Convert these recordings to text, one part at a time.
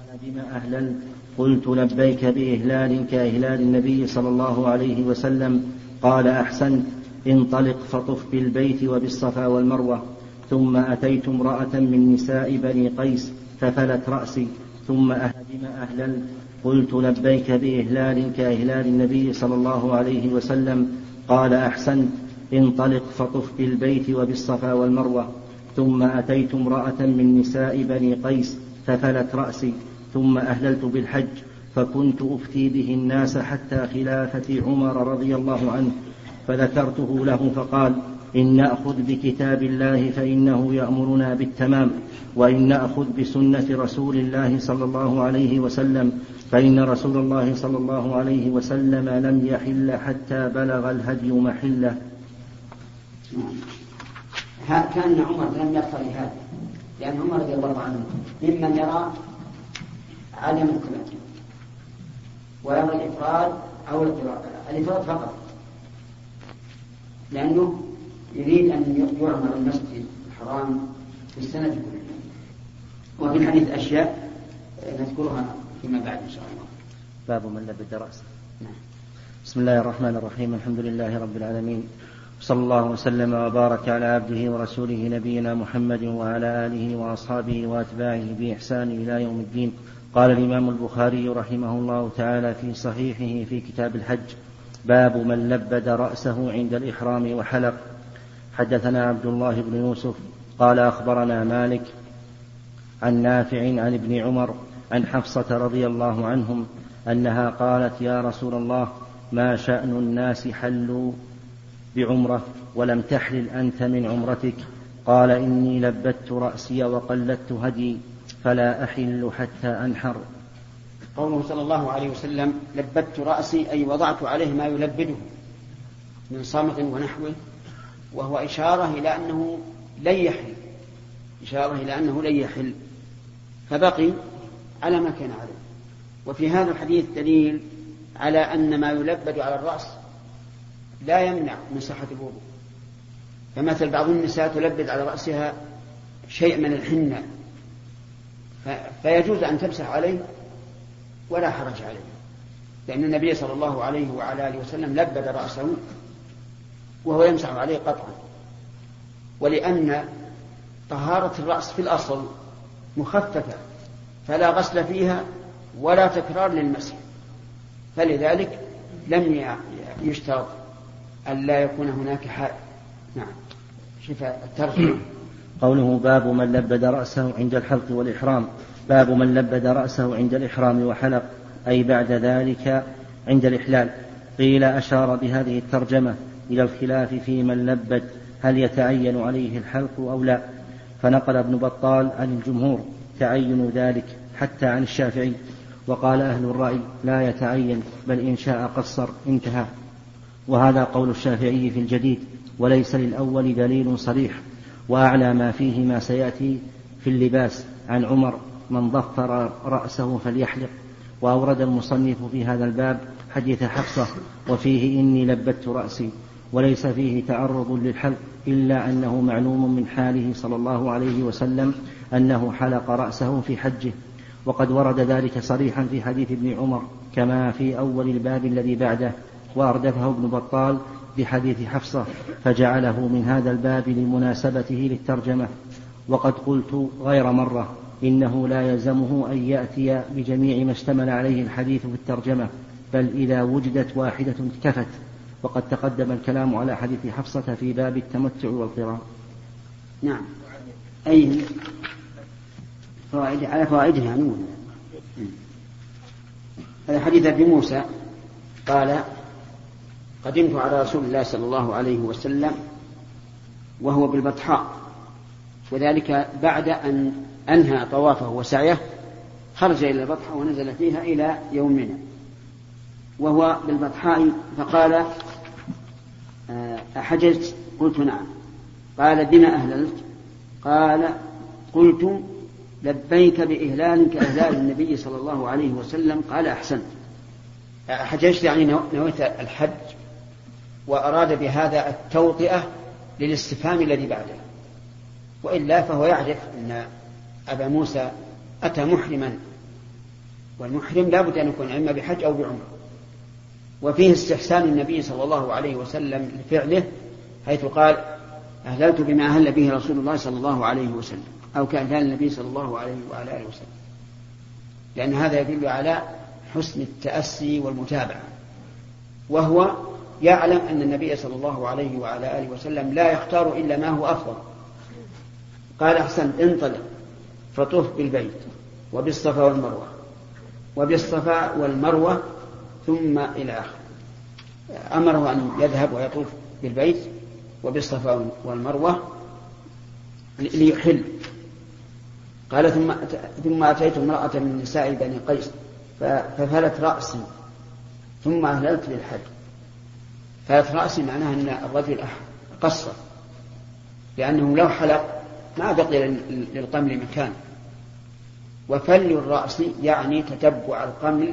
بما أهللت قلت لبيك بإهلال كإهلال النبي صلى الله عليه وسلم. قال أحسنت، انطلق فطف بالبيت وبالصفا والمروة. ثم أتيت امرأة من نساء بني قيس ففلت رأسي. ثم بما أهللت قلت لبيك بإهلال كإهلال النبي صلى الله عليه وسلم. قال أحسنت، انطلق فطف بالبيت وبالصفا والمروة. ثم أتيت امرأة من نساء بني قيس ففلت رأسي. ثم أهللت بالحج فكنت أفتي به الناس حتى خلافة عمر رضي الله عنه، فذكرته له فقال: إن نأخذ بكتاب الله فإنه يأمرنا بالتمام، وإن نأخذ بسنة رسول الله صلى الله عليه وسلم فإن رسول الله صلى الله عليه وسلم لم يحل حتى بلغ الهدي محله. كان عمر لم يقتضي هذا، لأن عمر رضي الله عنه ممن يرى عدم التمتع ويرى الإفراد أو الإفراد فقط، لأنه يريد أن يعمر المسجد الحرام في السنة كلها. وفي الحديث أشياء نذكرها فيما بعد إن شاء الله. باب من لبد رأسه. بسم الله الرحمن الرحيم، الحمد لله رب العالمين، صلى الله وسلم وبارك على عبده ورسوله نبينا محمد وعلى آله وأصحابه وأتباعه بإحسان إلى يوم الدين. قال الإمام البخاري رحمه الله تعالى في صحيحه في كتاب الحج: باب من لبد رأسه عند الإحرام وحلق. حدثنا عبد الله بن يوسف قال أخبرنا مالك عن نافع عن ابن عمر عن حفصة رضي الله عنهم أنها قالت: يا رسول الله، ما شأن الناس حلوا بعمرة ولم تحلل أنت من عمرتك؟ قال: إني لبدت رأسي وقلدت هدي فلا أحل حتى أنحر. قوله صلى الله عليه وسلم لبدت رأسي أي وضعت عليه ما يلبده من صمغ ونحوه، وهو إشارة إلى أنه لن يحل، فبقي على ما كان عليه. وفي هذا الحديث دليل على أن ما يلبد على الرأس لا يمنع من صحة الوضوء. فمثل بعض النساء تلبد على رأسها شيء من الحنة، فيجوز أن تمسح عليه ولا حرج عليه، لأن النبي صلى الله عليه وعلى آله وسلم لبد رأسه وهو يمسح عليه قطعا. ولأن طهارة الرأس في الأصل مخففة فلا غسل فيها ولا تكرار للمسح، فلذلك لم يشترط أن لا يكون هناك حال. نعم. شفاء الترجمة. قوله باب من لبد رأسه عند الحلق والإحرام. باب من لبد رأسه عند الإحرام وحلق، أي بعد ذلك عند الإحلال. قيل أشار بهذه الترجمة إلى الخلاف في من لبد هل يتعين عليه الحلق أو لا، فنقل ابن بطال عن الجمهور تعين ذلك حتى عن الشافعي، وقال أهل الرأي لا يتعين بل إن شاء قصر انتهى. وهذا قول الشافعي في الجديد، وليس للأول دليل صريح. وأعلى ما فيه ما سيأتي في اللباس عن عمر: من ضفر رأسه فليحلق. وأورد المصنف في هذا الباب حديث حفصة وفيه إني لبدت رأسي، وليس فيه تعرض للحلق، إلا أنه معلوم من حاله صلى الله عليه وسلم أنه حلق رأسه في حجه، وقد ورد ذلك صريحا في حديث ابن عمر كما في أول الباب الذي بعده. وأردفه ابن بطال بحديث حفصة فجعله من هذا الباب لمناسبته للترجمة. وقد قلت غير مرة إنه لا يلزمه أن يأتي بجميع ما اشتمل عليه الحديث في الترجمة، بل إذا وجدت واحدة كفت. وقد تقدم الكلام على حديث حفصة في باب التمتع والقران. نعم. أي فوائد على فوائده عنون. هذا حديث أبي موسى قال: قدمت على رسول الله صلى الله عليه وسلم وهو بالبطحاء، وذلك بعد أن أنهى طوافه وسعيه، خرج إلى البطحاء ونزل فيها إلى يومنا وهو بالبطحاء، فقال: أحججت؟ قلت: نعم. قال: بما أهللت؟ قال: قلت لبيك بإهلال كإهلال النبي صلى الله عليه وسلم. قال: أحسنت. حججت يعني نويت الحج، وأراد بهذا التوطئة للاستفهام الذي بعده، وإلا فهو يعرف أن أبا موسى أتى محرما والمحرم لا بد أن يكون إما بحج أو بعمرة. وفيه استحسان النبي صلى الله عليه وسلم لفعله، حيث قال أهللت بما أهل به رسول الله صلى الله عليه وسلم، أو كأهلال النبي صلى الله عليه وعلى آله وسلم، لأن هذا يدل على حسن التأسي والمتابعة. وهو يعلم أن النبي صلى الله عليه وعلى آله وسلم لا يختار إلا ما هو أفضل. قال أحسن انطلق فطف بالبيت وبالصفا والمروة، وبالصفا والمروة ثم إلى آخر. أمره أن يذهب ويطوف بالبيت وبالصفا والمروة ليحل. قال ثم أتيت امرأة من نساء بني قيس ففلت رأسي ثم أهللت بالحج. فلت رأسي معناها أن الرجل قصر، لأنه لو حلق ما بقي للقمل مكان. وفل الرأس يعني تتبع القمل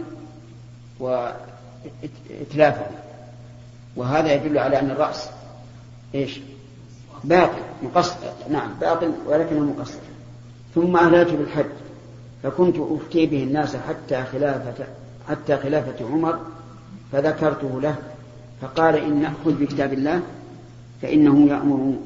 وإتلافه، وهذا يدل على أن الرأس إيش؟ باطل مقصر، نعم باطل ولكنه مقصر. ثم أهللت بالحج فكنت أفتي به الناس حتى خلافة عمر، فذكرته له فقال إن نأخذ بكتاب الله فإنه يأمر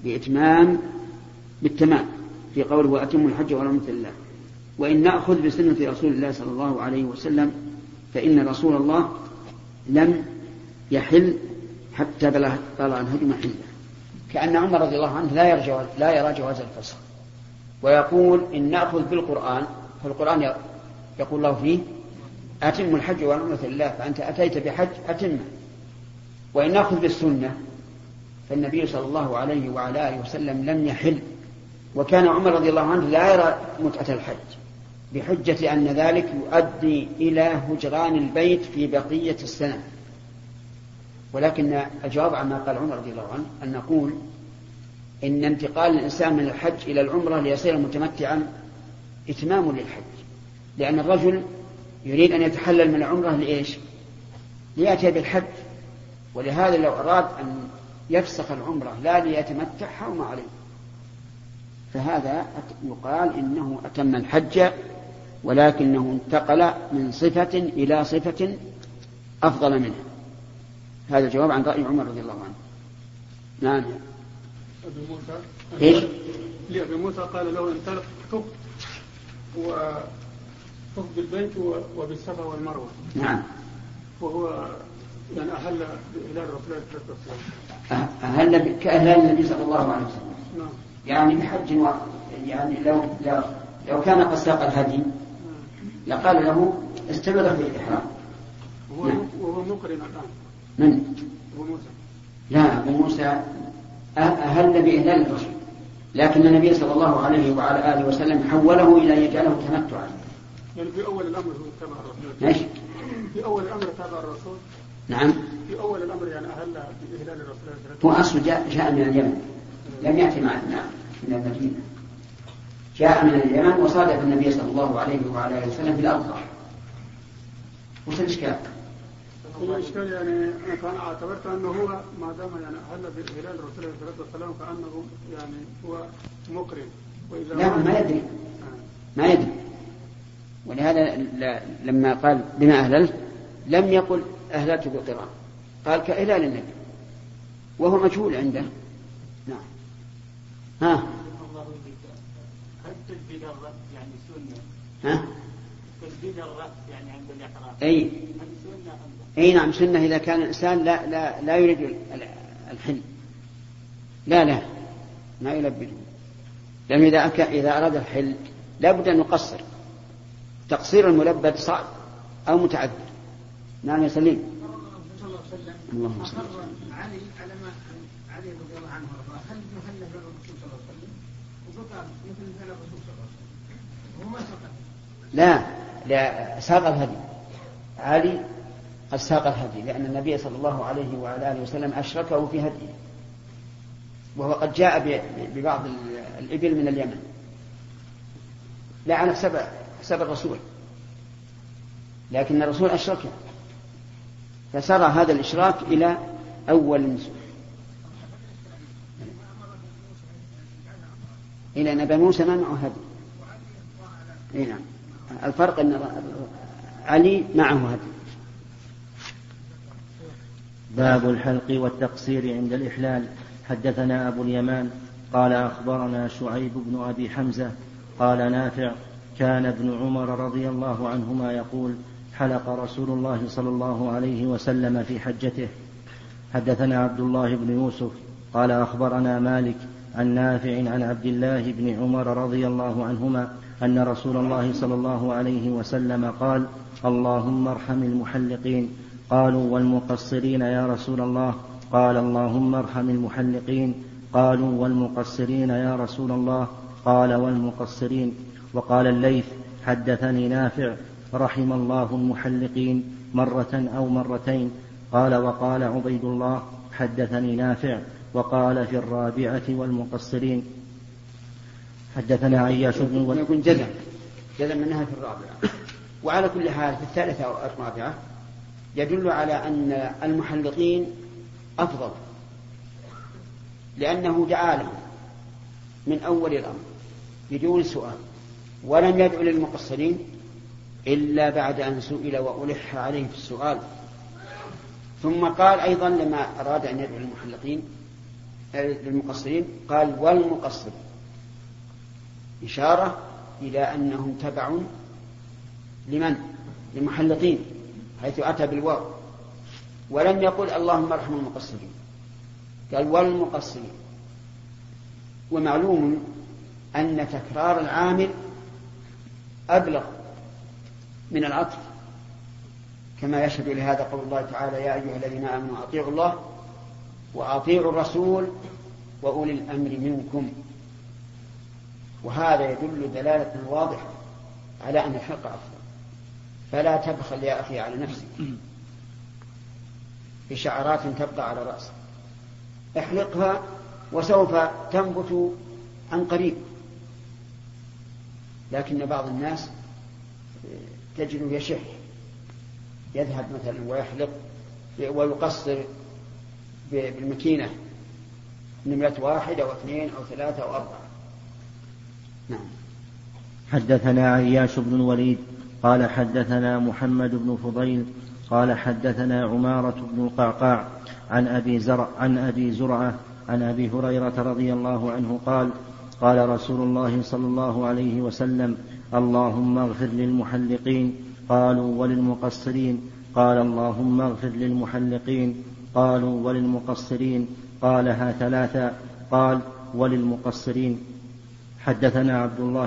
بالتمام في قوله وأتم الحج والعمرة لله، وإن نأخذ بسنة رسول الله صلى الله عليه وسلم فإن رسول الله لم يحل حتى طلع الهدي محله. كأن عمر رضي الله عنه لا يرى جواز الفسخ، ويقول إن نأخذ بالقرآن، فالقرآن يقول الله فيه أتم الحج والعمرة لله، فأنت أتيت بحج أتمه. وإن نأخذ بالسنة فالنبي صلى الله عليه وعلى آله وسلم لم يحل، وكان عمر رضي الله عنه لا يرى متعة الحج بحجة أن ذلك يؤدي إلى هجران البيت في بقية السنة. ولكن الجواب عما قال عمر رضي الله عنه أن نقول إن انتقال الإنسان من الحج إلى العمرة ليصير متمتعا إتمام للحج، لأن الرجل يريد أن يتحلل من العمرة لإيش؟ ليأتي بالحج، ولهذا لو أراد أن يفسخ العمرة لا ليتمتع حرم عليه. فهذا يقال إنه أتم الحج، ولكنه انتقل من صفة إلى صفة أفضل منها. هذا الجواب عن رأي عمر رضي الله عنه. نعم. إيش؟ لأبي موسى قال له انطلق طف بالبيت وبالصفا والمروة. نعم. وهو يعني أهل بإهلال رسول الله صلى الله عليه وسلم. أهل كأهلال النبي صلى الله عليه وسلم. نعم. يعني بحج يعني لو كان قد ساق الهدي لقال له استمر في الإحرام. وهو مقرن الآن. من؟ أبو موسى. لا، أبو موسى أهل بإهلال الرسول، لكن النبي صلى الله عليه وعلى آله وسلم حوله إلى أن يجعله تمتعا. يعني في أول الأمر هو تابع الرسول. ماشي. في أول الأمر تابع الرسول. نعم. في أول الأمر يعني أهل بإهلال الرسول. هو أصله جاء من اليمن، لم يأتي معنا من المدينة، جاء من اليمن وصادف النبي صلى الله عليه وعلى آله وسلم في الأضحى. وش الإشكال؟ الإشكال يعني أنا كان اعتبرت أنه هو ما دام يعني أهل بإهلال الرسول عليه الصلاة والسلام فأنه يعني هو مقرن. لا، ما يدري. ولهذا لما قال بما أهللت لم يقل أهللت بالقران، قال كإهلال النبي، وهو مجهول عنده. نعم. ها. هل تجديد الرأس يعني سنة؟ ها. تجديد الرأس يعني عند الإحرام. أي. هل سنة أم أي نعم سنة إذا كان الإنسان لا يريد الحل. لا ما يلبده، لأنه إذا أراد الحل لا بد أن يقصر. تقصير الملبد صعب أو متعذر. نعم يا سليم. اللهم صل علي على ما علي رضي الله عنه وارضاه، هل يهل الرسول صلى الله عليه وسلم وبقى مثل فعل الرسول صلى الله عليه وسلم وهو ما سقط؟ لا ساق الهدي. علي قد ساق الهدي لأن النبي صلى الله عليه وعلى آله وسلم أشركه في هديه، وهو قد جاء ببعض الإبل من اليمن لا على حسب الرسول، لكن الرسول أشركه، فسرى هذا الإشراك إلى أول النسوء. إلى أن أبا موسى منعه هدي. نعم. الفرق أن علي معه هدي. باب الحلق والتقصير عند الإحلال. حدثنا أبو اليمان قال أخبرنا شعيب بن أبي حمزة قال نافع كان ابن عمر رضي الله عنهما يقول حلق رسول الله صلى الله عليه وسلم في حجته. حدثنا عبد الله بن يوسف قال أخبرنا مالك عن نافع عن عبد الله بن عمر رضي الله عنهما أن رسول الله صلى الله عليه وسلم قال اللهم ارحم المحلقين. قالوا والمقصرين يا رسول الله؟ قال اللهم ارحم المحلقين. قالوا والمقصرين يا رسول الله؟ قال والمقصرين. وقال الليث حدثني نافع رحم الله المحلقين مرة أو مرتين. قال وقال عبيد الله حدثني نافع وقال في الرابعة والمقصرين. حدثنا عياش بن يكون جزم منها في الرابعة. وعلى كل حال في الثالثة أو الرابعة يدل على أن المحلقين أفضل، لأنه دعا لهم من أول الأمر بدون سؤال، ولم يدعو للمقصرين إلا بعد أن سئل وألح عليه في السؤال. ثم قال أيضا لما أراد أن يدعو للمقصرين قال والمقصر، إشارة إلى أنهم تبع لمن؟ للمحلقين، حيث أتى بالواو، ولم يقل اللهم ارحم المقصرين، قال والمقصرين. ومعلوم أن تكرار العامل أبلغ من العطف، كما يشهد لهذا قول الله تعالى يا أيها الذين آمنوا أطيعوا الله وأطيعوا الرسول وأولي الأمر منكم. وهذا يدل دلالة واضحة على أن الحلق أفضل. فلا تبخل يا أخي على نفسك بشعرات تبقى على رأسك، احلقها وسوف تنبت عن قريب. لكن بعض الناس تجد يشح، يذهب مثلا ويحلق ويقصر بالمكينة نمرة 1 أو 2 أو 3 أو 4. نعم. حدثنا عياش بن الوليد قال حدثنا محمد بن فضيل قال حدثنا عمارة بن القعقاع عن أبي زرعة عن أبي هريرة رضي الله عنه قال قال رسول الله صلى الله عليه وسلم اللهم اغفر للمحلقين. قالوا وللمقصرين؟ قال اللهم اغفر للمحلقين. قالوا وللمقصرين؟ قالها 3. قال وللمقصرين. حدثنا عبد الله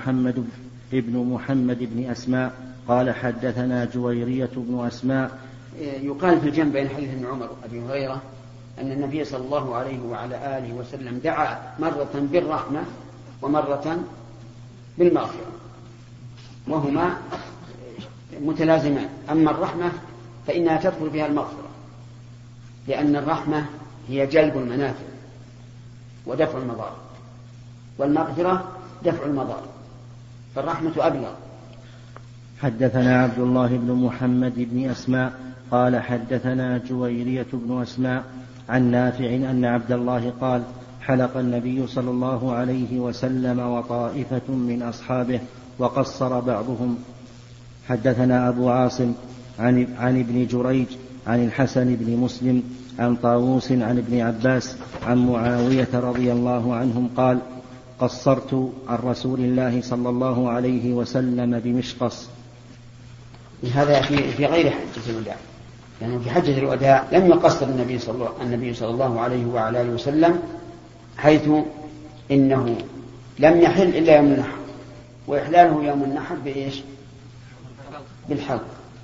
بن محمد بن أسماء قال حدثنا جويرية بن أسماء. يقال في الجمع بين حديث ابن عمر وأبي هريرة أن النبي صلى الله عليه وعلى آله وسلم دعا مرة بالرحمة ومرة بالمغفرة، وهما متلازمان. أما الرحمة فإنها تدخل فيها المغفرة، لأن الرحمة هي جلب المنافع ودفع المضار، والمغفرة دفع المضار، فالرحمة أبلغ. حدثنا عبد الله بن محمد بن أسماء قال حدثنا جويرية بن أسماء عن نافع أن عبد الله قال حلق النبي صلى الله عليه وسلم وطائفة من أصحابه وقصر بعضهم. حدثنا أبو عاصم عن ابن جريج عن الحسن بن مسلم عن طاووس عن ابن عباس عن معاوية رضي الله عنهم قال قصرت عن رسول الله صلى الله عليه وسلم بمشقص. هذا في غير حجة الوداع، يعني في حجة الوداع لم يقصر النبي صلى الله عليه وعلى آله وسلم، حيث إنه لم يحل إلا يوم النحر، وإحلاله يوم النحر بإيش؟ بالحلق.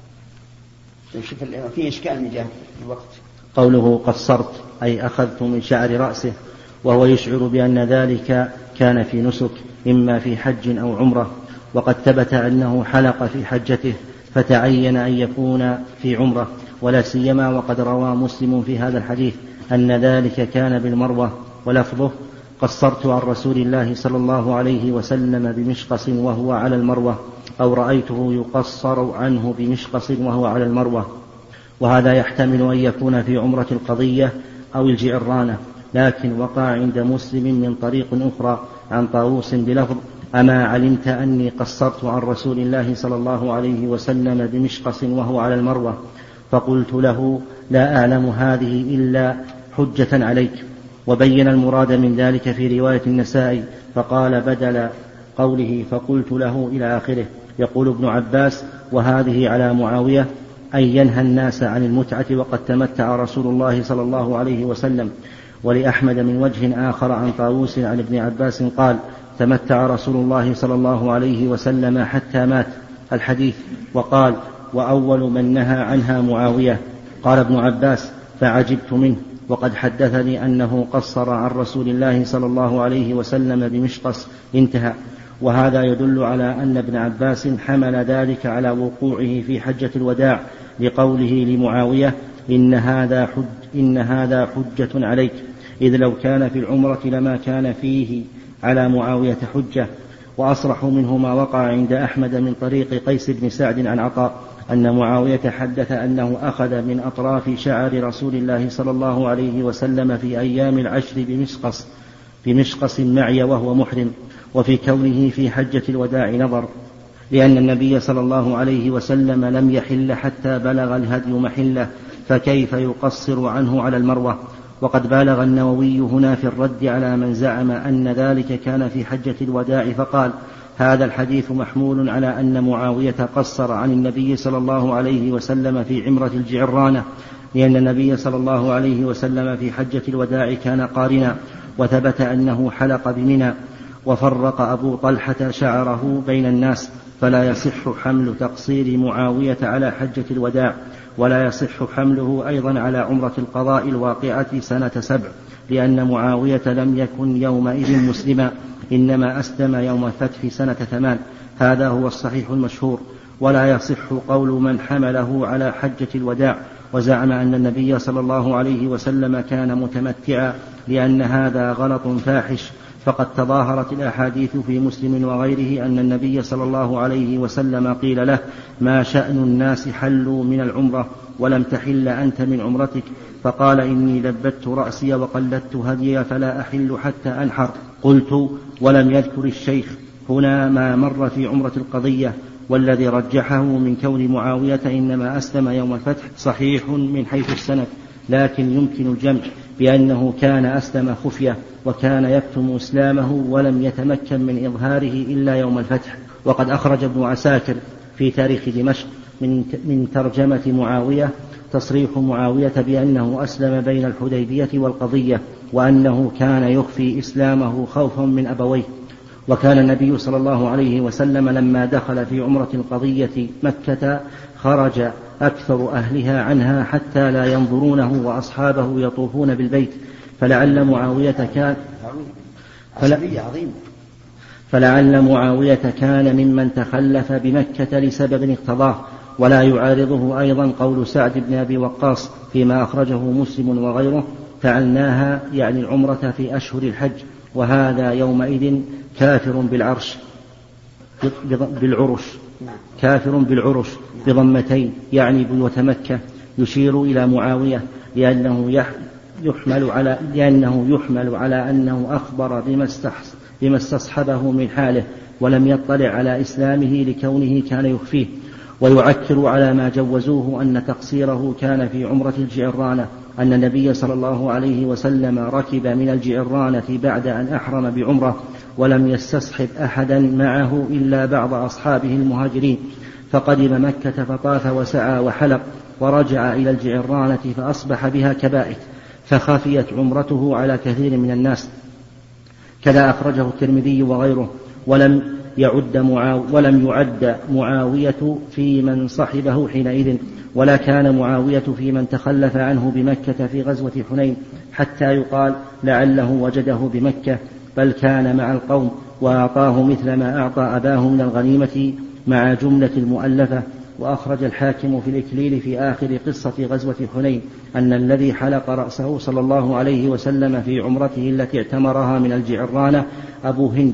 في إشكال من جهة الوقت. قوله قصرت أي أخذت من شعر رأسه، وهو يشعر بأن ذلك كان في نسك إما في حج أو عمرة، وقد ثبت أنه حلق في حجته فتعين أن يكون في عمرة، ولا سيما وقد روى مسلم في هذا الحديث أن ذلك كان بالمروة، ولفظه قصرت عن رسول الله صلى الله عليه وسلم بمشقص وهو على المروة، أو رأيته يقصر عنه بمشقص وهو على المروة. وهذا يحتمل أن يكون في عمرة القضية أو الجعرانة، لكن وقع عند مسلم من طريق أخرى عن طاووس بلفظ أما علمت أني قصرت عن رسول الله صلى الله عليه وسلم بمشقص وهو على المروة؟ فقلت له لا أعلم هذه إلا حجة عليك. وبين المراد من ذلك في رواية النسائي فقال بدل قوله فقلت له إلى آخره. يقول ابن عباس وهذه على معاوية أن ينهى الناس عن المتعة وقد تمتع رسول الله صلى الله عليه وسلم. ولأحمد من وجه آخر عن طاووس عن ابن عباس قال تمتع رسول الله صلى الله عليه وسلم حتى مات الحديث. وقال وأول من نهى عنها معاوية. قال ابن عباس فعجبت منه وقد حدثني أنه قصر عن رسول الله صلى الله عليه وسلم بمشقص انتهى. وهذا يدل على أن ابن عباس حمل ذلك على وقوعه في حجة الوداع لقوله لمعاوية إن هذا حجة عليك، إذ لو كان في العمرة لما كان فيه على معاوية حجة. وأصرح منه ما وقع عند أحمد من طريق قيس بن سعد عن عطاء أن معاوية حدث أنه أخذ من أطراف شعر رسول الله صلى الله عليه وسلم في أيام العشر بمشقص معي وهو محرم. وفي كونه في حجة الوداع نظر، لأن النبي صلى الله عليه وسلم لم يحل حتى بلغ الهدي محله، فكيف يقصر عنه على المروة؟ وقد بالغ النووي هنا في الرد على من زعم أن ذلك كان في حجة الوداع فقال هذا الحديث محمول على أن معاوية قصر عن النبي صلى الله عليه وسلم في عمرة الجعرانة، لأن النبي صلى الله عليه وسلم في حجة الوداع كان قارنا، وثبت أنه حلق بمنى وفرق أبو طلحة شعره بين الناس، فلا يصح حمل تقصير معاوية على حجة الوداع، ولا يصح حمله أيضا على عمرة القضاء الواقعة سنة 7، لأن معاوية لم يكن يومئذ مسلما، إنما أسلم يوم الفتح سنة 8. هذا هو الصحيح المشهور. ولا يصح قول من حمله على حجة الوداع وزعم أن النبي صلى الله عليه وسلم كان متمتعا، لأن هذا غلط فاحش. فقد تظاهرت الأحاديث في مسلم وغيره أن النبي صلى الله عليه وسلم قيل له ما شأن الناس حلوا من العمرة ولم تحل أنت من عمرتك؟ فقال إني لبت رأسي وقلدت هدي فلا أحل حتى أنحر. قلت ولم يذكر الشيخ هنا ما مر في عمرة القضية، والذي رجحه من كون معاوية إنما أسلم يوم الفتح صحيح من حيث السند، لكن يمكن الجمع بأنه كان أسلم خفية وكان يكتم إسلامه ولم يتمكن من إظهاره إلا يوم الفتح. وقد أخرج ابن عساكر في تاريخ دمشق من ترجمة معاوية تصريح معاوية بأنه أسلم بين الحديبية والقضية، وأنه كان يخفي إسلامه خوفا من أبويه. وكان النبي صلى الله عليه وسلم لما دخل في عمرة القضية مكة خرج أكثر أهلها عنها حتى لا ينظرونه وأصحابه يطوفون بالبيت، فلعل معاوية كان ممن تخلف بمكة لسبب اقتضاه. ولا يعارضه أيضا قول سعد بن أبي وقاص فيما أخرجه مسلم وغيره فعلناها يعني العمرة في أشهر الحج، وهذا يومئذ كافر بالعرش بضمتين يعني بيوت مكة، يشير إلى معاوية لأنه يحمل على أنه أخبر بما استصحبه من حاله ولم يطلع على إسلامه لكونه كان يخفيه. ويعكر على ما جوزوه أن تقصيره كان في عمرة الجعرانة، أن النبي صلى الله عليه وسلم ركب من الجعرانة بعد أن أحرم بعمرة ولم يستصحب أحدا معه إلا بعض أصحابه المهاجرين، فقدم مكة فطاف وسعى وحلق ورجع إلى الجعرانة فأصبح بها كبائت، فخفيت عمرته على كثير من الناس. كذا أخرجه الترمذي وغيره. ولم يعد معاوية في من صحبه حينئذ، ولا كان معاوية في من تخلف عنه بمكة في غزوة حنين حتى يقال لعله وجده بمكة، بل كان مع القوم وأعطاه مثل ما أعطى أباه من الغنيمة مع جملة المؤلفة. وأخرج الحاكم في الإكليل في آخر قصة غزوة حنين أن الذي حلق رأسه صلى الله عليه وسلم في عمرته التي اعتمرها من الجعرانة أبو هند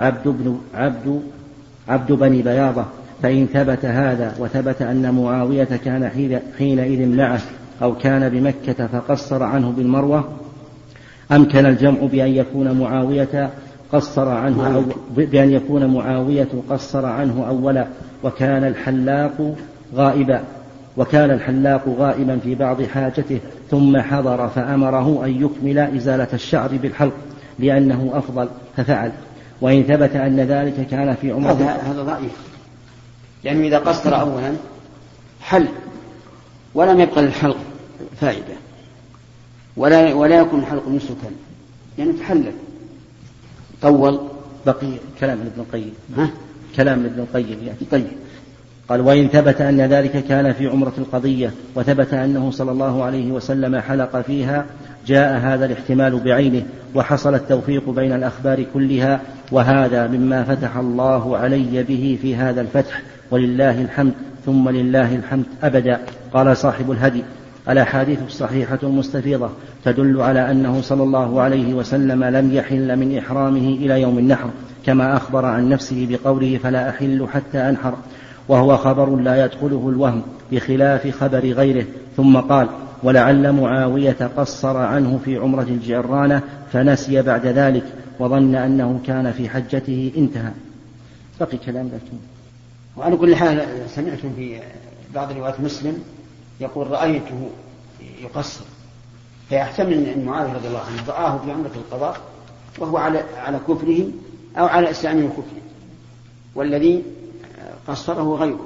عبد بني بياضة. فإن ثبت هذا وثبت أن معاوية كان حينئذ معه أو كان بمكة فقصر عنه بالمروة، أمكن الجمع بأن يكون معاوية قصر عنه بأن يكون معاوية قصر عنه أولا وكان الحلاق غائبا في بعض حاجته ثم حضر فأمره أن يكمل إزالة الشعر بالحلق لأنه أفضل ففعل. وإن ثبت أن ذلك كان في عمره هذا ضعيف، لأنه إذا قصر أولا حل ولم يبقى للحلق فائدة ولا يكون الحلق نسكا يعني تحلل طول. بقي كلام ابن القيم كلام ابن القيم يعني. طيب قال وإن ثبت أن ذلك كان في عمرة القضية وثبت أنه صلى الله عليه وسلم حلق فيها جاء هذا الاحتمال بعينه وحصل التوفيق بين الأخبار كلها، وهذا مما فتح الله علي به في هذا الفتح ولله الحمد ثم لله الحمد أبدا. قال صاحب الهدي الأحاديث الصحيحة المستفيضة تدل على أنه صلى الله عليه وسلم لم يحل من إحرامه إلى يوم النحر كما أخبر عن نفسه بقوله فلا أحل حتى أنحر، وهو خبر لا يدخله الوهم بخلاف خبر غيره. ثم قال ولعل معاوية قصر عنه في عمرة الجعرانة فنسي بعد ذلك وظن أنه كان في حجته انتهى. بقي كلام لكن. وعلى كل حال سمعت في بعض روايات مسلم يقول رأيته يقصر، فيحتمل أن معاوية رضي الله عنه رآه في عمرة القضاء وهو على كفره أو على إسلامه وكفره، والذي قصره غيره.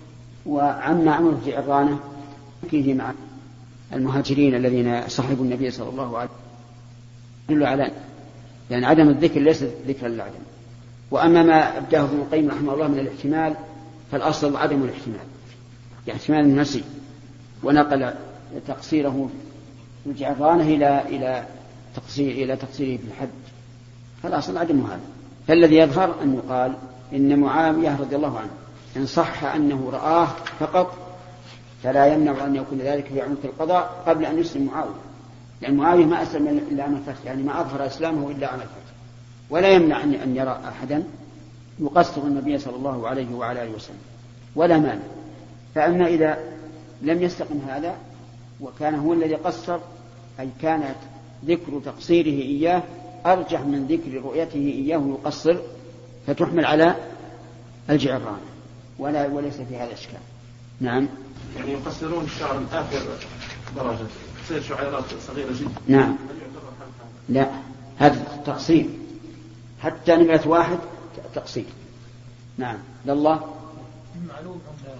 وعما عمرة الجعرانة فيه مع المهاجرين الذين صحبوا النبي صلى الله عليه وسلم يدل على يعني عدم الذكر ليس ذكر للعدم. وأما ما أبداه ابن القيم رحمه الله من الاحتمال فالأصل عدم الاحتمال، يعني احتمال النسي، ونقل تقصيره في الجعرانة إلى تقصيره في الحج، فالأصل عدم هذا. فالذي يظهر أن يقال إن معاوية رضي الله عنه إن صح أنه رآه فقط فلا يمنع أن يكون ذلك في عمرة القضاء قبل أن يسلم معاوية، لأن معاوية ما أسلم إلا عام الفتح، يعني ما أظهر إسلامه إلا عام الفتح، ولا يمنع أن يرى أحدا يقصر النبي صلى الله عليه وعلى آله وسلم ولا مانع. فأما إذا لم يستقم هذا وكان هو الذي قصر أي كانت ذكر تقصيره إياه أرجح من ذكر رؤيته إياه يقصر فتحمل على الجعران وليس في هذا إشكال. نعم يعني يقصرون الشعر من آخر درجة تصير شعيرات صغيرة جدا. نعم لا هذا تقصير حتى نمرة 1 تقصير. نعم لله معلوم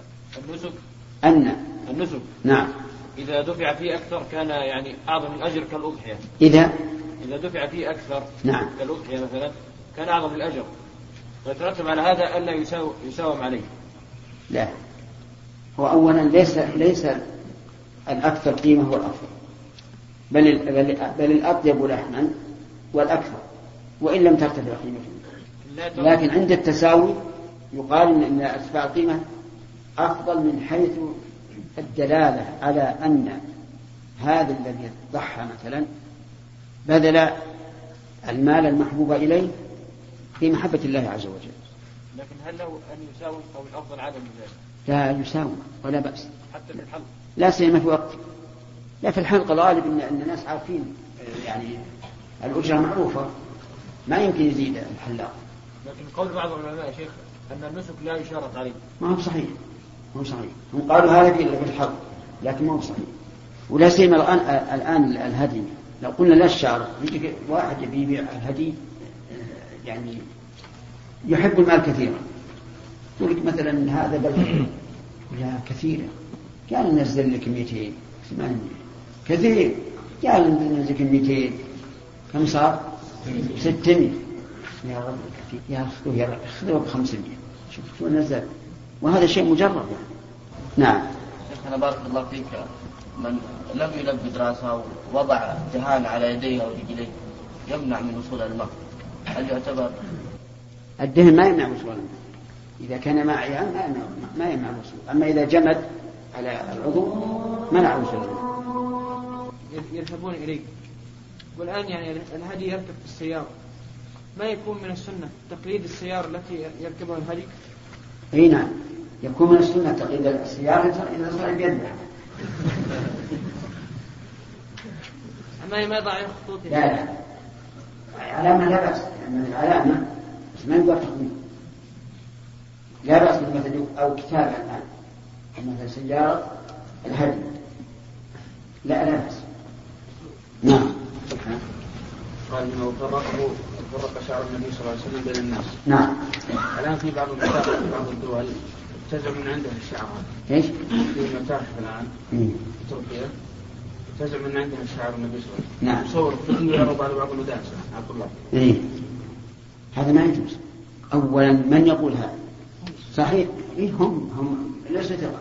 النسك نعم إذا دفع فيه أكثر كان يعني أعظم الأجر كالأضحية. إذا دفع فيه أكثر نعم كالأضحية مثلا كان أعظم الأجر، ويترتب على هذا ألا يساوم عليه. لا هو أولا ليس الأكثر قيمة هو الأفضل، بل الأطيب لحما والأكثر وإن لم ترتفع قيمته، لكن عند التساوي يقال إن ارتفاع القيمة أفضل من حيث الدلالة على أن هذا الذي ضحى مثلا بذل المال المحبوب إليه في محبة الله عز وجل. لكن هل له أن يساوم أو الأفضل عدم ذلك؟ لا يساوم ولا بأس حتى في الحلق، لا سيما في وقت. لا في الحلق الغالب إن الناس عارفين يعني الأجرة معروفة ما يمكن يزيد الحلاق. لكن قول بعض العلماء يا شيخ أن النسك لا يشارط عليه. ما هو صحيح هم قالوا هذا في الحلق لكن ما هو صحيح. ولا سيما الآن الهدي لو قلنا لا الشعر يجي واحد يبيع الهدي يعني يحب المال كثيرا يقول لك مثلا هذا بلد لا كثيرة قال ننزل لك 200 800 كثير قال ننزل لك 200 كم صار 600 يا رب كثير يا خذوا ب 500 شوف نزل وهذا شيء مجرب يعني. نعم شيخنا بارك الله فيك من لم يلبد رأسه ووضع دهان على يديه أو رجليه يمنع من وصول الماء، هل يعتبر الدهن ما يمنع وصول الماء إذا كان ماعيا ما يمنع الوصول، أما إذا جمد على العضو منع وصول الماء. يذهبون إليه والآن يعني الهدي يركب في السيارة، ما يكون من السنة تقليد السيارة التي يركبها الهدي؟ اي نعم يكون من السنة تقليد السيارة إذا صار بيده. أما ما يضع خطوط لا على ما لا بأس من العلامة بس ما يقدر تقويم. لا بأس بالمثل أو كتابة الآن مثل سيارة الهدي لا بأس. نعم. قال إنه فرق شعر النبي صلى الله عليه وسلم بين الناس. نعم. الآن في بعض المتاحف في بعض الدول تزعم من عندها الشعر هذا. إيش؟ في متاحف الآن في تركيا تزعم من عندها شعر النبي صلى الله عليه وسلم. نعم. صور في يرى بعض المدارس عبد الله. إيه هذا ما يجوز. أولا من يقول هذا؟ صحيح إيه هم ليسوا ثقة.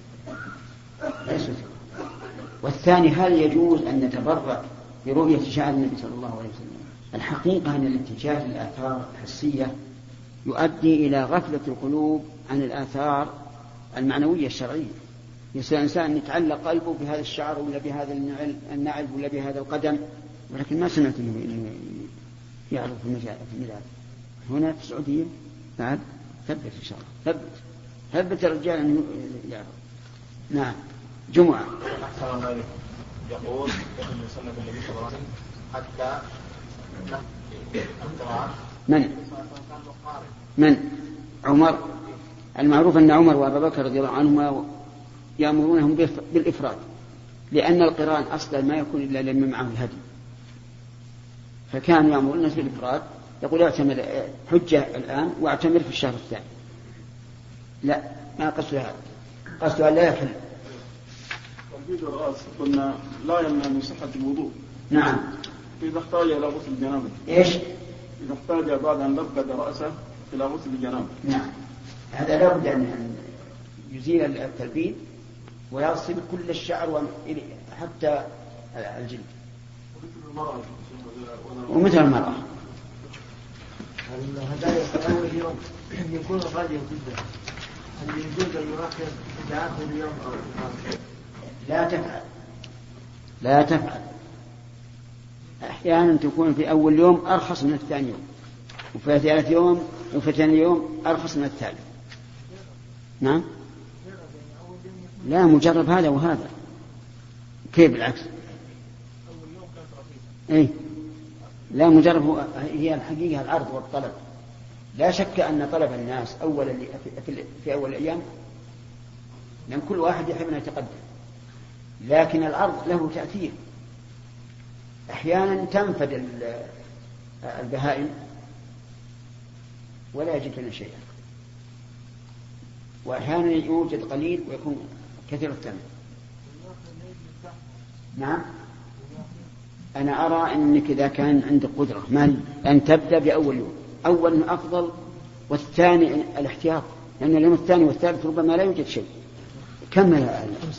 والثاني هل يجوز أن نتبرع برؤية شعر النبي صلى الله عليه وسلم؟ الحقيقة أن الاتجاه للآثار الحسية يؤدي إلى غفلة القلوب عن الآثار المعنوية الشرعية. يصير الإنسان يتعلق قلبه بهذا الشعر ولا بهذا النعل ولا بهذا القدم، ولكن ما سمعت إنه يعرف في المجال هنا في السعودية. بعد ثبت إن شاء الله ثبت الرجال أن يعرف. نعم. جمعة. يقول إن سنة النبي صلى الله عليه وسلم حتى من عمر. المعروف أن عمر وأبا بكر رضي الله عنهما يأمرونهم بالإفراد، لأن القران أصلا ما يكون إلا لمن معه الهدي، فكانوا يأمرون الناس بالإفراد. يقول اعتمر حجة الآن واعتمر في الشهر الثاني. لا ما قصدها هذا، قصدها لا يحل. تنبيذ الرأس قلنا لا يمنع من صحة الوضوء. نعم. إذا احتاج إلى غسل الجنابة. إيش؟ إذا احتاج بعد أن لبد رأسه إلى غسل الجنابة. نعم. هذا لا بد أن يزيل التلبيد ويغسل كل الشعر حتى الجلد. ومثل المرأة. هذا أول يوم يكون غاليا جدا. هل يجوز أن يؤخر إلى آخر اليوم أو لا تفعل. أحيانا تكون في أول يوم أرخص من الثاني يوم، وفي ثالث يوم وفي ثاني يوم أرخص من الثالث. نعم. لا مجرب هذا وهذا. كيف بالعكس؟ إيه لا مجرب. هي الحقيقة العرض والطلب. لا شك أن طلب الناس أولا في أول الأيام لأن كل واحد يحب أن يتقدم، لكن العرض له تأثير. أحيانا تنفد البهائم ولا يجد لنا شيئا، وأحيانا يوجد قليل ويكون كثير الثمن. نعم. أنا أرى أنك إذا كان عندك قدرة مال أن تبدأ بأول يوم، أول أفضل، والثاني الاحتياط، لأن اليوم الثاني والثالث ربما لا يوجد شيء. كمل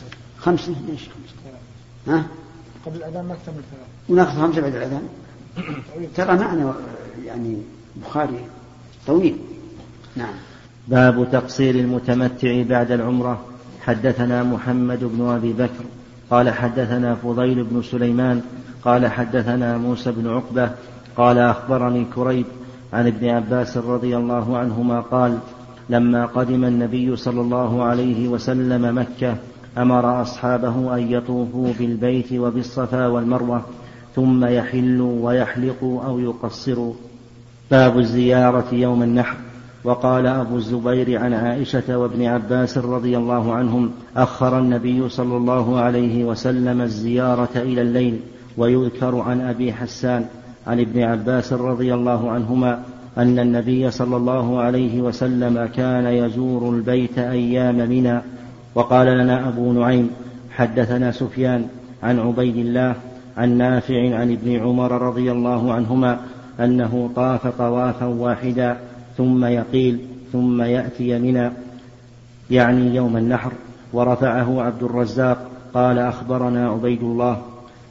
5. ليش 5؟ ها؟ قبل الأذان ما اكتمل 3 ونأخذ 5 بعد الأذان. ترى معنا يعني بخاري طويل. نعم. باب تقصير المتمتع بعد العمرة. حدثنا محمد بن أبي بكر قال حدثنا فضيل بن سليمان قال حدثنا موسى بن عقبة قال أخبرني كريب عن ابن عباس رضي الله عنهما قال لما قدم النبي صلى الله عليه وسلم مكة أمر أصحابه أن يطوفوا بالبيت وبالصفا والمروة ثم يحلوا ويحلقوا أو يقصروا. باب الزيارة يوم النحر. وقال أبو الزبير عن عائشة وابن عباس رضي الله عنهم أخر النبي صلى الله عليه وسلم الزيارة إلى الليل. ويذكر عن أبي حسان عن ابن عباس رضي الله عنهما أن النبي صلى الله عليه وسلم كان يزور البيت أيام منى. وقال لنا أبو نعيم حدثنا سفيان عن عبيد الله عن نافع عن ابن عمر رضي الله عنهما أنه طاف طوافا واحدا ثم يقيل ثم يأتي منى يعني يوم النحر. ورفعه عبد الرزاق قال أخبرنا عبيد الله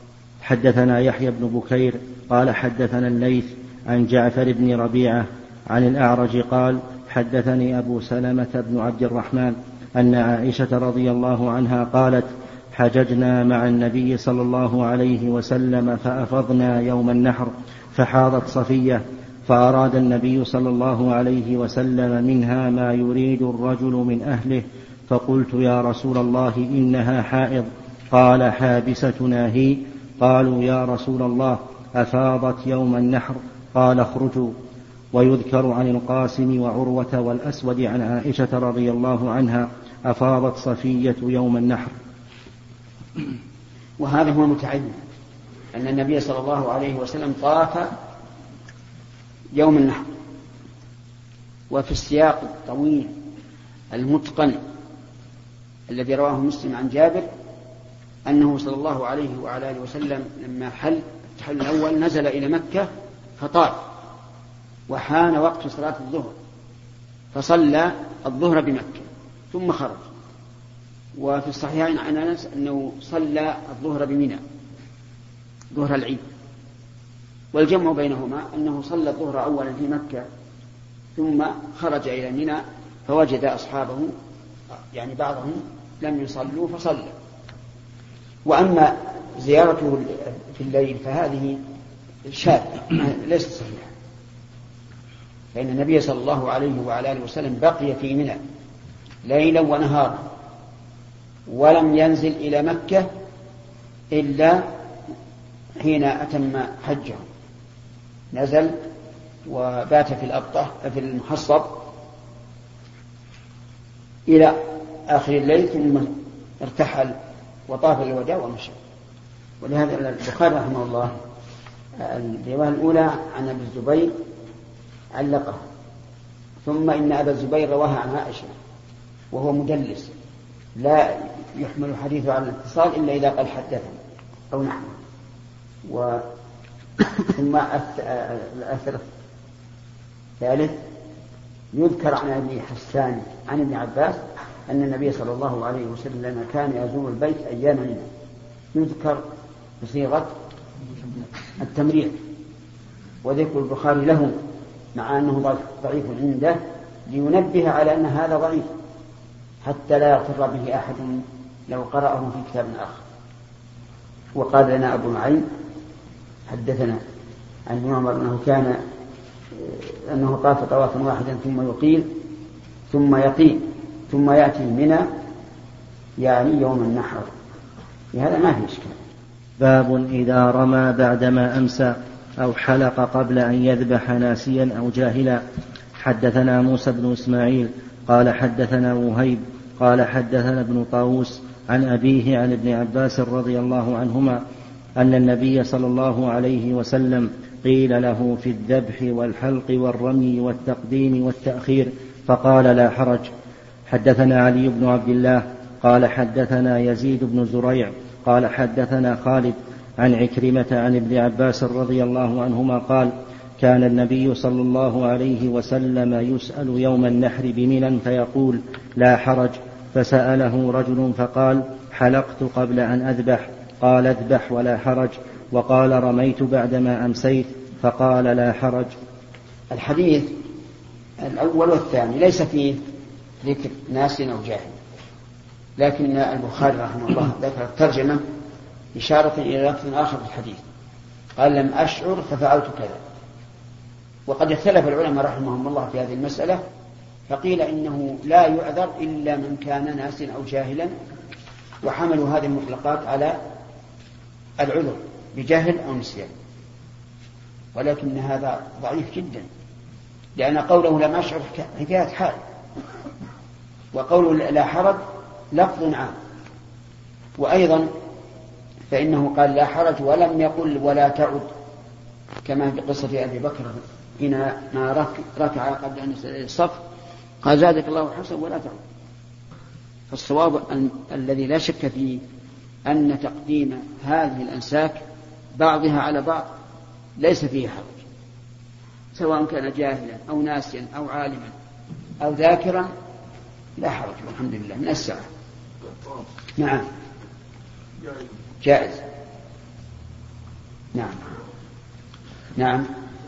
حدثنا يحيى بن بكير قال حدثنا الليث عن جعفر بن ربيعة عن الأعرج قال حدثني أبو سلمة بن عبد الرحمن أن عائشة رضي الله عنها قالت حججنا مع النبي صلى الله عليه وسلم فأفضنا يوم النحر فحاضت صفية فأراد النبي صلى الله عليه وسلم منها ما يريد الرجل من أهله فقلت يا رسول الله إنها حائض قال حابستنا هي. قالوا يا رسول الله أفاضت يوم النحر قال اخرجوا ويذكر عن القاسم وعروة والأسود عن عائشة رضي الله عنها أفاضت صفية يوم النحر. وهذا هو المتعين أن النبي صلى الله عليه وسلم طاف يوم النحر. وفي السياق الطويل المتقن الذي رواه مسلم عن جابر أنه صلى الله عليه وعلى آله وسلم لما حل التحل الأول نزل إلى مكة فطاف، وحان وقت صلاة الظهر فصلى الظهر بمكة ثم خرج. وفي الصحيحين عن أنس أنه صلى الظهر بمنى ظهر العيد. والجمع بينهما أنه صلى الظهر أولا في مكة ثم خرج إلى منى فوجد أصحابه يعني بعضهم لم يصلوا فصلى. وأما زيارته في الليل فهذه شاذة ليست صحيحة، فإن النبي صلى الله عليه وعلى آله وسلم بقي في منى ليلا ونهارا ولم ينزل إلى مكة إلا حين أتم حجه، نزل وبات في الأبطح في المحصب إلى آخر الليل ثم ارتحل وطاف الوداع ومشى. ولهذا البخاري رحمه الله الرواية الأولى عن أبي الزبير علقه، ثم إن أبا الزبير رواها عن عائشة وهو مدلس لا يحمل حديثه على الاتصال إلا إذا قال حدثنا أو نحن. ثم الأثر الثالث يذكر عن أبي حسان عن ابن عباس أن النبي صلى الله عليه وسلم كان يزور البيت أيام منى، يذكر بصيغة التمريض، وذكر البخاري له مع أنه ضعيف عنده لينبه على أن هذا ضعيف حتى لا يغتر به أحد لو قرأه في كتاب آخر. وقال لنا أبو نعيم حدثنا عن ابن عمر أنه طاف طوافا واحدا ثم يقيل ثم يقيل ثم يأتي منى يعني يوم النحر. لهذا ما في إشكال. باب إذا رمى بعدما أمسى أو حلق قبل أن يذبح ناسيا أو جاهلا. حدثنا موسى بن إسماعيل قال حدثنا وهيب قال حدثنا ابن طاووس عن أبيه عن ابن عباس رضي الله عنهما أن النبي صلى الله عليه وسلم قيل له في الذبح والحلق والرمي والتقديم والتأخير فقال لا حرج. حدثنا علي بن عبد الله قال حدثنا يزيد بن زريع قال حدثنا خالد عن عكرمة عن ابن عباس رضي الله عنهما قال كان النبي صلى الله عليه وسلم يسأل يوم النحر بمنى فيقول لا حرج، فسأله رجل فقال حلقت قبل أن أذبح، قال اذبح ولا حرج، وقال رميت بعدما أمسيت فقال لا حرج. الحديث الأول والثاني ليس فيه ذكر ناس أو جاهل، لكن البخاري رحمه الله ذكر الترجمة إشارة إلى لفظ آخر في الحديث قال لم أشعر ففعلت كذا. وقد اختلف العلماء رحمهم الله في هذه المسألة، فقيل إنه لا يعذر إلا من كان ناسيا أو جاهلا، وحملوا هذه المطلقات على العذر بجهل أو نسيان، ولكن هذا ضعيف جدا، لأن قوله لم أشعر حكاية حال، وقوله لا حرج لفظ عام. وأيضا فإنه قال لا حرج ولم يقل ولا تعد، كما في قصة أبي بكر حين ما ركع قبل أن يصلي الصف قال زادك الله حسن ولا تعد. فالصواب الذي لا شك فيه أن تقديم هذه الأنساك بعضها على بعض ليس فيه حرج، سواء كان جاهلا أو ناسيا أو عالما أو ذاكرا لا حرج والحمد لله من الساعة. نعم جائز. نعم نعم.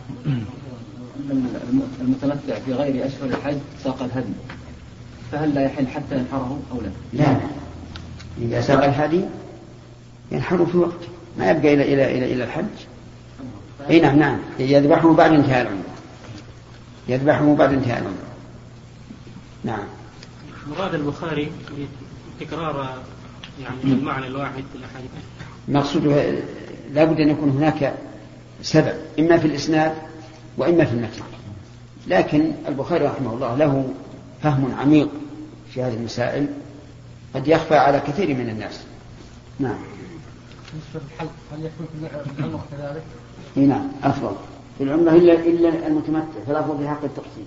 المتمتع في غير أشهر الحج ساق الهدي، فهل لا يحل حتى ينحره أو لا؟ لا، إذا ساق الهدي ينحره في وقت ما يبقى إلى الحج. أي نعم نعم، يذبحه بعد انتهاء العمر، يذبحه بعد انتهاء العمر. نعم. مراد البخاري تكرار يعني المعنى الواحد في الأحاديث، مقصوده لا بد أن يكون هناك سبب إما في الإسناد وإما في المتن، لكن البخاري رحمه الله له فهم عميق في هذه المسائل قد يخفى على كثير من الناس. نعم. بالنسبة للحلق هل يكون في العمرة كذلك؟ نعم أفضل في العمرة إلا المتمتع فالأفضل في حق التقصير.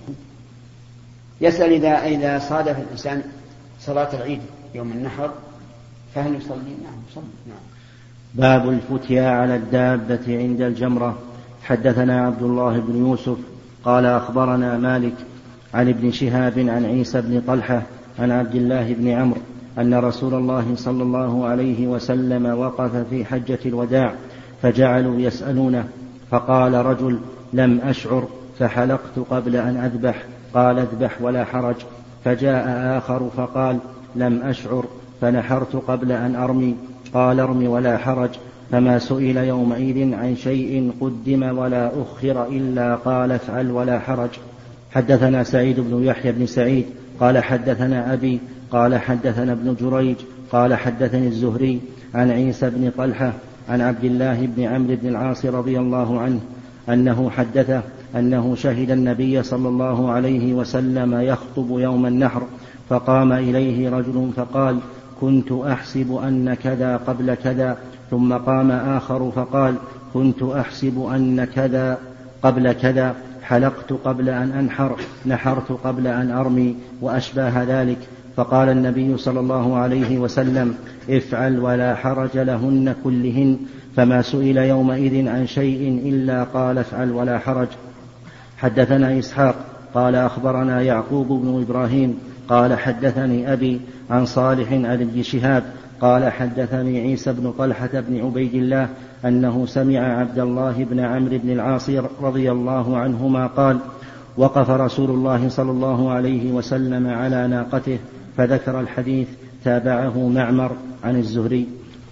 يسأل إذا صادف الإنسان صلاة العيد يوم النحر فهل يصلي؟ نعم يصلي. نعم. باب الفتيا على الدابة عند الجمرة. حدثنا عبد الله بن يوسف قال أخبرنا مالك عن ابن شهاب عن عيسى بن طلحة عن عبد الله بن عمرو أن رسول الله صلى الله عليه وسلم وقف في حجة الوداع فجعلوا يسألونه فقال رجل: لم أشعر فحلقت قبل أن أذبح. قال: اذبح ولا حرج. فجاء آخر فقال: لم أشعر فنحرت قبل أن أرمي. قال: ارم ولا حرج. فما سئل يومئذ عن شيء قدم ولا أخر إلا قال: افعل ولا حرج. حدثنا سعيد بن يحيى بن سعيد قال حدثنا أبي قال حدثنا ابن جريج قال حدثني الزهري عن عيسى بن طلحة عن عبد الله بن عمرو بن العاص رضي الله عنه أنه حدثه أنه شهد النبي صلى الله عليه وسلم يخطب يوم النحر فقام إليه رجل فقال: كنت أحسب أن كذا قبل كذا. ثم قام آخر فقال: كنت أحسب أن كذا قبل كذا. حلقت قبل أن أنحر، نحرت قبل أن أرمي، وأشباه ذلك. فقال النبي صلى الله عليه وسلم: افعل ولا حرج لهن كلهن. فما سئل يومئذ عن شيء إلا قال: افعل ولا حرج. حدثنا إسحاق قال أخبرنا يعقوب بن إبراهيم قال حدثني أبي عن صالح عن ابن شهاب قال حدثني عيسى بن طلحة بن عبيد الله أنه سمع عبد الله بن عمرو بن العاص رضي الله عنهما قال: وقف رسول الله صلى الله عليه وسلم على ناقته فذكر الحديث. تابعه معمر عن الزهري.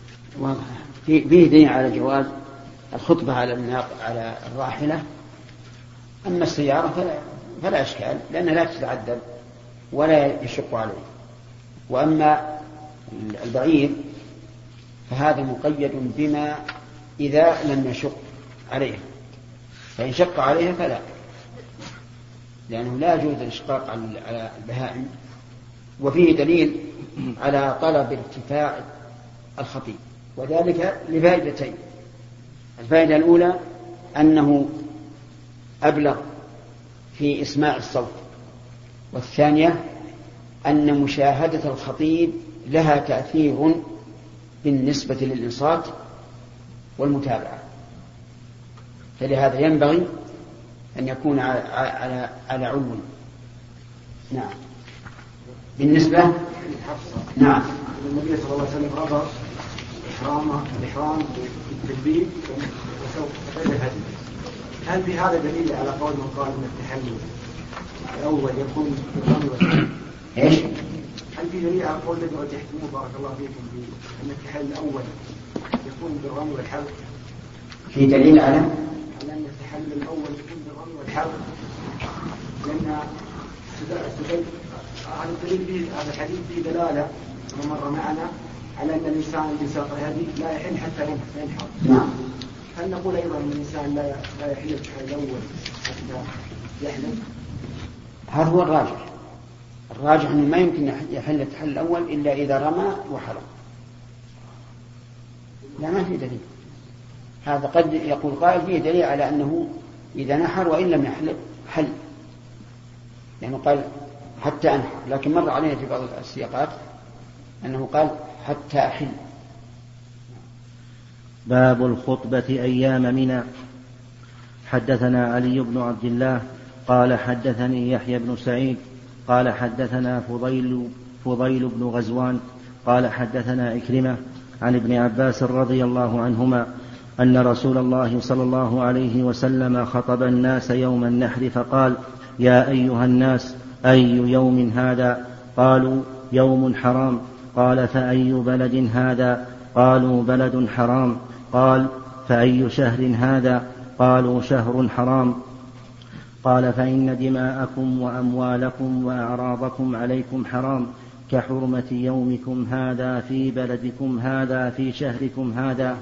فيه دليل على جواز الخطبة على الراحلة. أما السيارة فلا إشكال لأنها لا تتعذب ولا يشق عليه. وأما البعير فهذا مقيد بما إذا لم يشق عليها، فإن شق عليها فلا، لأنه لا يجوز الإشقاق على البهائم. وفيه دليل على طلب ارتفاع الخطيب، وذلك لفائدتين: الفائدة الأولى أنه أبلغ في إسماع الصوت، والثانية أن مشاهدة الخطيب لها تأثير بالنسبة للإنصات والمتابعة، فلهذا ينبغي أن يكون على علو. نعم. بالنسبة نعم النبي صلى الله عليه وسلم ربط الإحرام بالتلبيد وسوق الهدي. هل في هذا دليل على قول من قال ان التحلل الأول يكون بالرمي والحلق؟ ايش؟ هل في دليل على قول الذي رجحتموه بارك الله فيكم ان التحلل الأول يكون بالرمي والحلق؟ في دليل على أن التحلل الأول يكون بالرمي والحلق، لأن هذا الدليل فيه هذا الحديث فيه دلالة ومر معنا على أن الإنسان بساق الهدي لا يحل حتى ينحر. نعم. هل نقول أيضا أن الإنسان لا يحل التحلل الأول حتى يحلم؟ هذا هو الراجح. الراجح أنه ما يمكن يحل التحلل الأول إلا إذا رمى وحلق. لا، ما في دليل. هذا قد يقول قائل فيه دليل على أنه إذا نحر وإن لم يحلق حل، لأنه قال حتى أنحر، لكن مر علينا في بعض السياقات أنه قال حتى أحل. باب الخطبة أيام منى. حدثنا علي بن عبد الله قال حدثني يحيى بن سعيد قال حدثنا فضيل بن غزوان قال حدثنا عكرمة عن ابن عباس رضي الله عنهما أن رسول الله صلى الله عليه وسلم خطب الناس يوم النحر فقال: يا أيها الناس، أي يوم هذا؟ قالوا: يوم حرام. قال: فأي بلد هذا؟ قالوا: بلد حرام. قال: فأي شهر هذا؟ قالوا: شهر حرام. قال: فإن دماءكم وأموالكم وأعراضكم عليكم حرام كحرمة يومكم هذا في بلدكم هذا في شهركم هذا.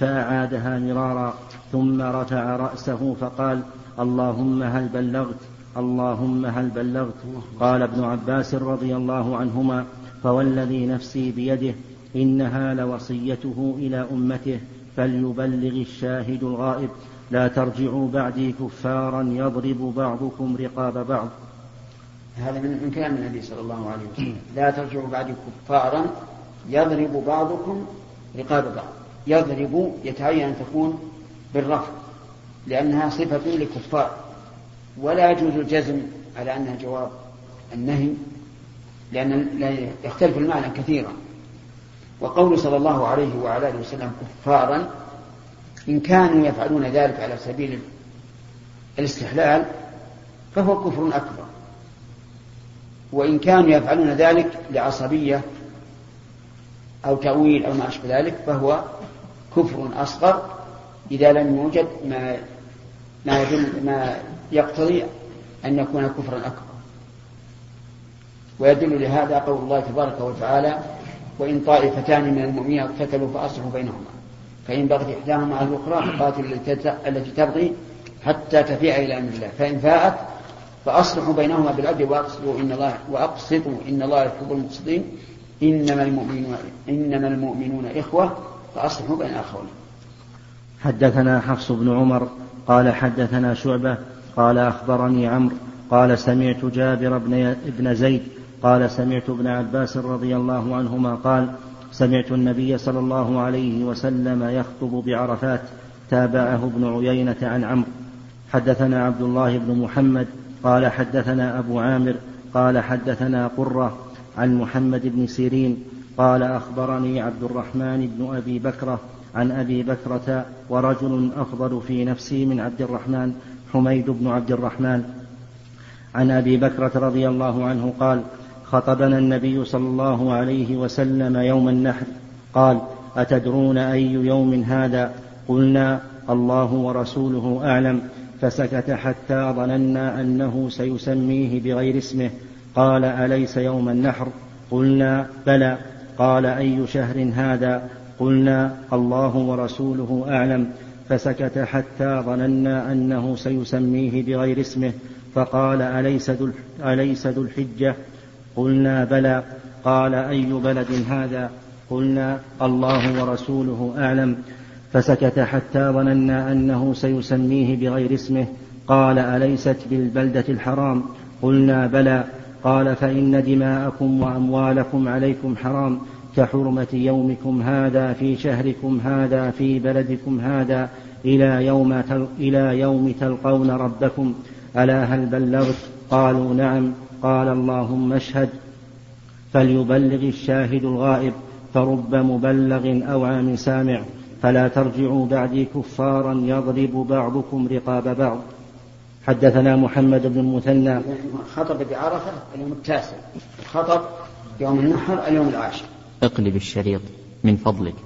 فأعادها مرارا ثم رفع رأسه فقال: اللهم هل بلغت؟ اللهم هل بلغت؟ قال ابن عباس رضي الله عنهما: فوالذي نفسي بيده إنها لوصيته إلى أمته فليبلغ الشاهد الغائب لا ترجعوا بعدي كفارا يضرب بعضكم رقاب بعض. هذا من كلام النبي صلى الله عليه وسلم: لا ترجعوا بعدي كفارا يضرب بعضكم رقاب بعض. يضرب يتعين أن تكون بالرفع لأنها صفة لكفار، ولا يجوز الجزم على أنها جواب النهي لأن يختلف المعنى كثيرا. وقول صلى الله عليه وعلى آله وسلم كفارا، إن كانوا يفعلون ذلك على سبيل الاستحلال فهو كفر أكبر، وإن كانوا يفعلون ذلك لعصبية أو تأويل أو ما أشبه ذلك فهو كفر أصغر إذا لم يوجد ما يقتضي أن يكون كفرا أكبر. ويدل لهذا قول الله تبارك وتعالى: وإن طائفتان من المؤمنين اقتتلوا فأصلحوا بينهما فإن بغت إحداهما على الأخرى فقاتلوا التي تبغي حتى تفيء إلى أمر الله فإن فاءت فأصلحوا بينهما بالعدل وأقسطوا إن الله يحب المقسطين إنما المؤمنون إخوة فأصلحوا بين أخوين. حدثنا حفص بن عمر قال حدثنا شعبة قال أخبرني عمرو قال سمعت جابر بن زيد قال سمعت ابن عباس رضي الله عنهما قال سمعت النبي صلى الله عليه وسلم يخطب بعرفات. تابعه ابن عيينة عن عمرو. حدثنا عبد الله بن محمد قال حدثنا أبو عامر قال حدثنا قرة عن محمد بن سيرين قال أخبرني عبد الرحمن بن أبي بكرة عن أبي بكرة ورجل أفضل في نفسي من عبد الرحمن حميد بن عبد الرحمن عن أبي بكرة رضي الله عنه قال خطبنا النبي صلى الله عليه وسلم يوم النحر قال أتدرون أي يوم هذا؟ قلنا الله ورسوله أعلم، فسكت حتى ظننا أنه سيسميه بغير اسمه. قال أليس يوم النحر؟ قلنا بلى. قال أي شهر هذا؟ قلنا الله ورسوله أعلم، فسكت حتى ظننا أنه سيسميه بغير اسمه. فقال أليس ذو الحجة؟ قلنا بلى. قال أي بلد هذا؟ قلنا الله ورسوله أعلم، فسكت حتى ظننا أنه سيسميه بغير اسمه. قال أليست بالبلدة الحرام؟ قلنا بلى. قال فإن دماءكم وأموالكم عليكم حرام كحرمة يومكم هذا في شهركم هذا في بلدكم هذا إلى يوم تلقون ربكم. ألا هل بلغت؟ قالوا نعم. قال اللهم اشهد. فليبلغ الشاهد الغائب، فرب مبلغ أوعى من سامع. فلا ترجعوا بعدي كفارا يضرب بعضكم رقاب بعض. حدثنا محمد بن المثنى. خطب بعرفة اليوم التاسع، خطب يوم النحر اليوم العاشر. اقلب الشريط من فضلك.